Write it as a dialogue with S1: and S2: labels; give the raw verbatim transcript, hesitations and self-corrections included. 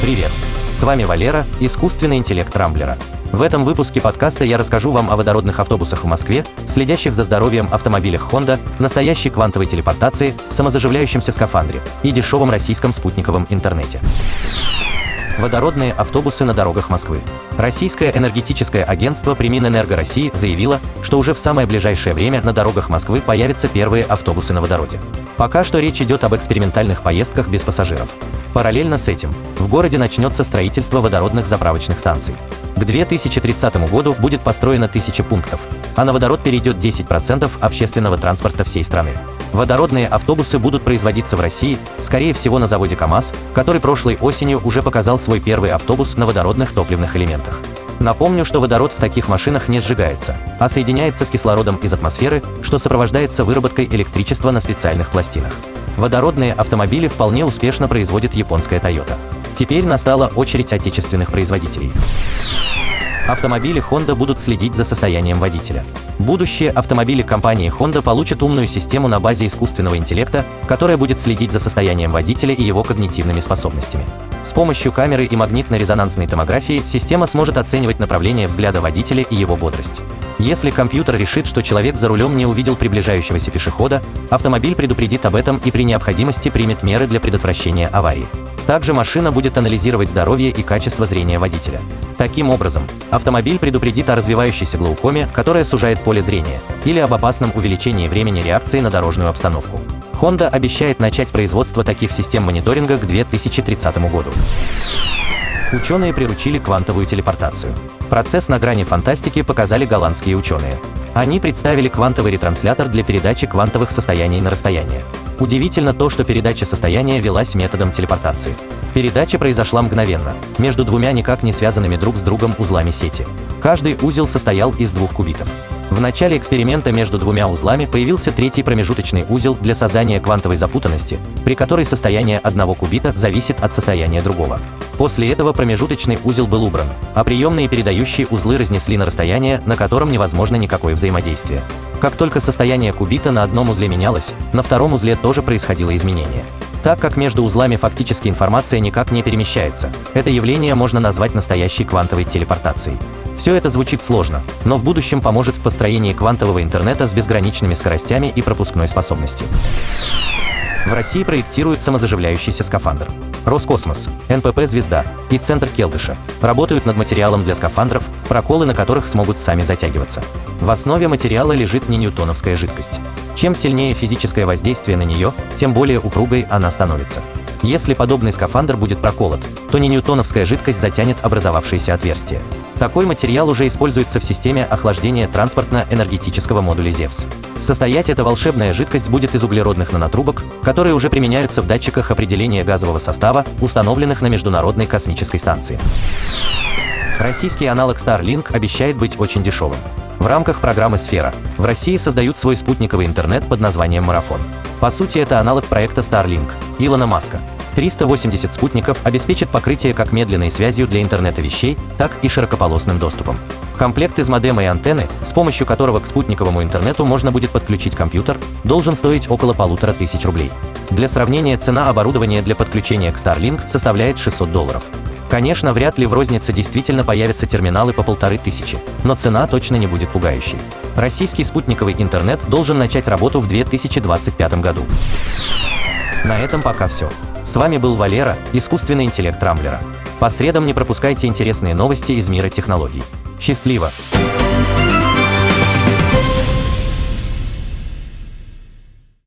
S1: Привет! С вами Валера, искусственный интеллект Рамблера. В этом выпуске подкаста я расскажу вам о водородных автобусах в Москве, следящих за здоровьем автомобилях Honda, настоящей квантовой телепортации, самозаживляющемся скафандре и дешевом российском спутниковом интернете. Водородные автобусы на дорогах Москвы. Российское энергетическое агентство Приминэнерго России заявило, что уже в самое ближайшее время на дорогах Москвы появятся первые автобусы на водороде. Пока что речь идет об экспериментальных поездках без пассажиров. Параллельно с этим в городе начнется строительство водородных заправочных станций. К две тысячи тридцатому году будет построено тысяча пунктов, а на водород перейдет десять процентов общественного транспорта всей страны. Водородные автобусы будут производиться в России, скорее всего на заводе КАМАЗ, который прошлой осенью уже показал свой первый автобус на водородных топливных элементах. Напомню, что водород в таких машинах не сжигается, а соединяется с кислородом из атмосферы, что сопровождается выработкой электричества на специальных пластинах. Водородные автомобили вполне успешно производит японская Toyota. Теперь настала очередь отечественных производителей. Автомобили Honda будут следить за состоянием водителя. Будущие автомобили компании Honda получат умную систему на базе искусственного интеллекта, которая будет следить за состоянием водителя и его когнитивными способностями. С помощью камеры и магнитно-резонансной томографии система сможет оценивать направление взгляда водителя и его бодрость. Если компьютер решит, что человек за рулем не увидел приближающегося пешехода, автомобиль предупредит об этом и при необходимости примет меры для предотвращения аварии. Также машина будет анализировать здоровье и качество зрения водителя. Таким образом, автомобиль предупредит о развивающейся глаукоме, которая сужает поле зрения, или об опасном увеличении времени реакции на дорожную обстановку. Honda обещает начать производство таких систем мониторинга к две тысячи тридцатому году. Ученые приручили квантовую телепортацию. Процесс на грани фантастики показали голландские ученые. Они представили квантовый ретранслятор для передачи квантовых состояний на расстояние. Удивительно то, что передача состояния велась методом телепортации. Передача произошла мгновенно, между двумя никак не связанными друг с другом узлами сети. Каждый узел состоял из двух кубитов. В начале эксперимента между двумя узлами появился третий промежуточный узел для создания квантовой запутанности, при которой состояние одного кубита зависит от состояния другого. После этого промежуточный узел был убран, а приемные и передающие узлы разнесли на расстояние, на котором невозможно никакое взаимодействие. Как только состояние кубита на одном узле менялось, на втором узле тоже происходило изменение. Так как между узлами фактически информация никак не перемещается, это явление можно назвать настоящей квантовой телепортацией. Все это звучит сложно, но в будущем поможет в построении квантового интернета с безграничными скоростями и пропускной способностью. В России проектируют самозаживляющийся скафандр. Роскосмос, эн пэ пэ «Звезда» и Центр Келдыша работают над материалом для скафандров, проколы на которых смогут сами затягиваться. В основе материала лежит не ньютоновская жидкость. Чем сильнее физическое воздействие на нее, тем более упругой она становится. Если подобный скафандр будет проколот, то не ньютоновская жидкость затянет образовавшееся отверстие. Такой материал уже используется в системе охлаждения транспортно-энергетического модуля «Зевс». Состоять эта волшебная жидкость будет из углеродных нанотрубок, которые уже применяются в датчиках определения газового состава, установленных на Международной космической станции. Российский аналог Starlink обещает быть очень дешевым. В рамках программы «Сфера» в России создают свой спутниковый интернет под названием «Марафон». По сути, это аналог проекта Starlink Илона Маска. триста восемьдесят спутников обеспечат покрытие как медленной связью для интернета вещей, так и широкополосным доступом. Комплект из модема и антенны, с помощью которого к спутниковому интернету можно будет подключить компьютер, должен стоить около полутора тысяч рублей. Для сравнения, цена оборудования для подключения к Starlink составляет шестьсот долларов. Конечно, вряд ли в рознице действительно появятся терминалы по полторы тысячи, но цена точно не будет пугающей. Российский спутниковый интернет должен начать работу в две тысячи двадцать пятом году. На этом пока все. С вами был Валера, искусственный интеллект Рамблера. По средам не пропускайте интересные новости из мира технологий. Счастливо!